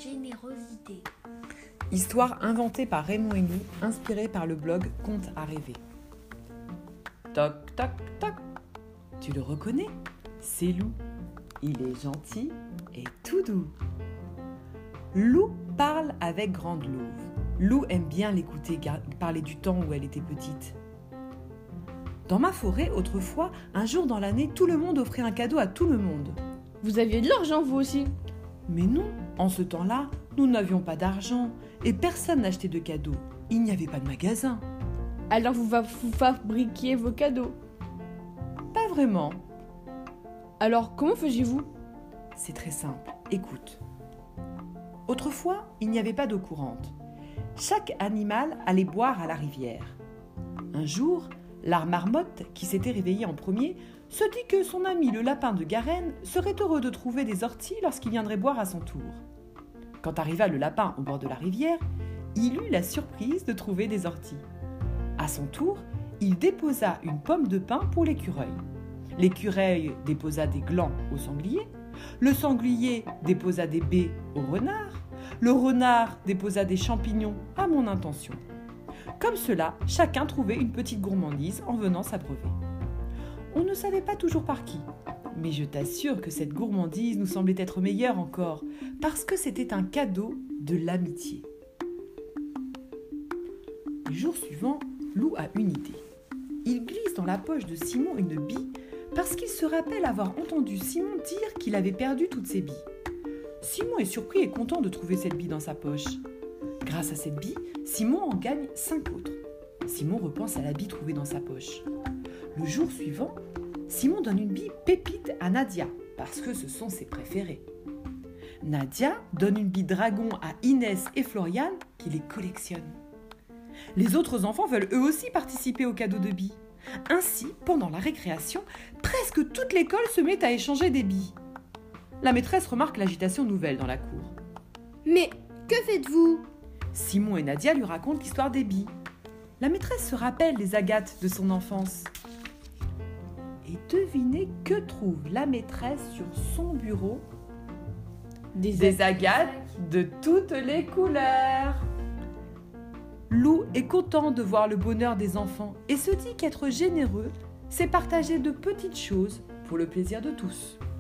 générosité. Histoire inventée par Raymond et Lou, inspirée par le blog Conte à rêver. Toc, toc, toc. Tu le reconnais? C'est Lou. Il est gentil et tout doux. Lou parle avec Grande Louve. Lou aime bien l'écouter parler du temps où elle était petite. Dans ma forêt, autrefois, un jour dans l'année, tout le monde offrait un cadeau à tout le monde. Vous aviez de l'argent, vous aussi? Mais non, en ce temps-là, nous n'avions pas d'argent et personne n'achetait de cadeaux. Il n'y avait pas de magasin. Alors vous fabriquiez vos cadeaux? Pas vraiment. Alors comment faisiez-vous? C'est très simple, écoute. Autrefois, il n'y avait pas d'eau courante. Chaque animal allait boire à la rivière. Un jour, la marmotte, qui s'était réveillée en premier, se dit que son ami le lapin de Garenne serait heureux de trouver des orties lorsqu'il viendrait boire à son tour. Quand arriva le lapin au bord de la rivière, il eut la surprise de trouver des orties. À son tour, il déposa une pomme de pin pour l'écureuil. L'écureuil déposa des glands au sanglier. Le sanglier déposa des baies au renard. Le renard déposa des champignons à mon intention. Comme cela, chacun trouvait une petite gourmandise en venant s'abreuver. On ne savait pas toujours par qui, mais je t'assure que cette gourmandise nous semblait être meilleure encore, parce que c'était un cadeau de l'amitié. Le jour suivant, Lou a une idée. Il glisse dans la poche de Simon une bille, parce qu'il se rappelle avoir entendu Simon dire qu'il avait perdu toutes ses billes. Simon est surpris et content de trouver cette bille dans sa poche. Grâce à cette bille, Simon en gagne 5 autres. Simon repense à la bille trouvée dans sa poche. Le jour suivant, Simon donne une bille pépite à Nadia, parce que ce sont ses préférés. Nadia donne une bille dragon à Inès et Floriane, qui les collectionnent. Les autres enfants veulent eux aussi participer au cadeau de billes. Ainsi, pendant la récréation, presque toute l'école se met à échanger des billes. La maîtresse remarque l'agitation nouvelle dans la cour. Mais que faites-vous? Simon et Nadia lui racontent l'histoire des billes. La maîtresse se rappelle les agates de son enfance. Et devinez que trouve la maîtresse sur son bureau? Des agates de toutes les couleurs. Lou est content de voir le bonheur des enfants et se dit qu'être généreux, c'est partager de petites choses pour le plaisir de tous.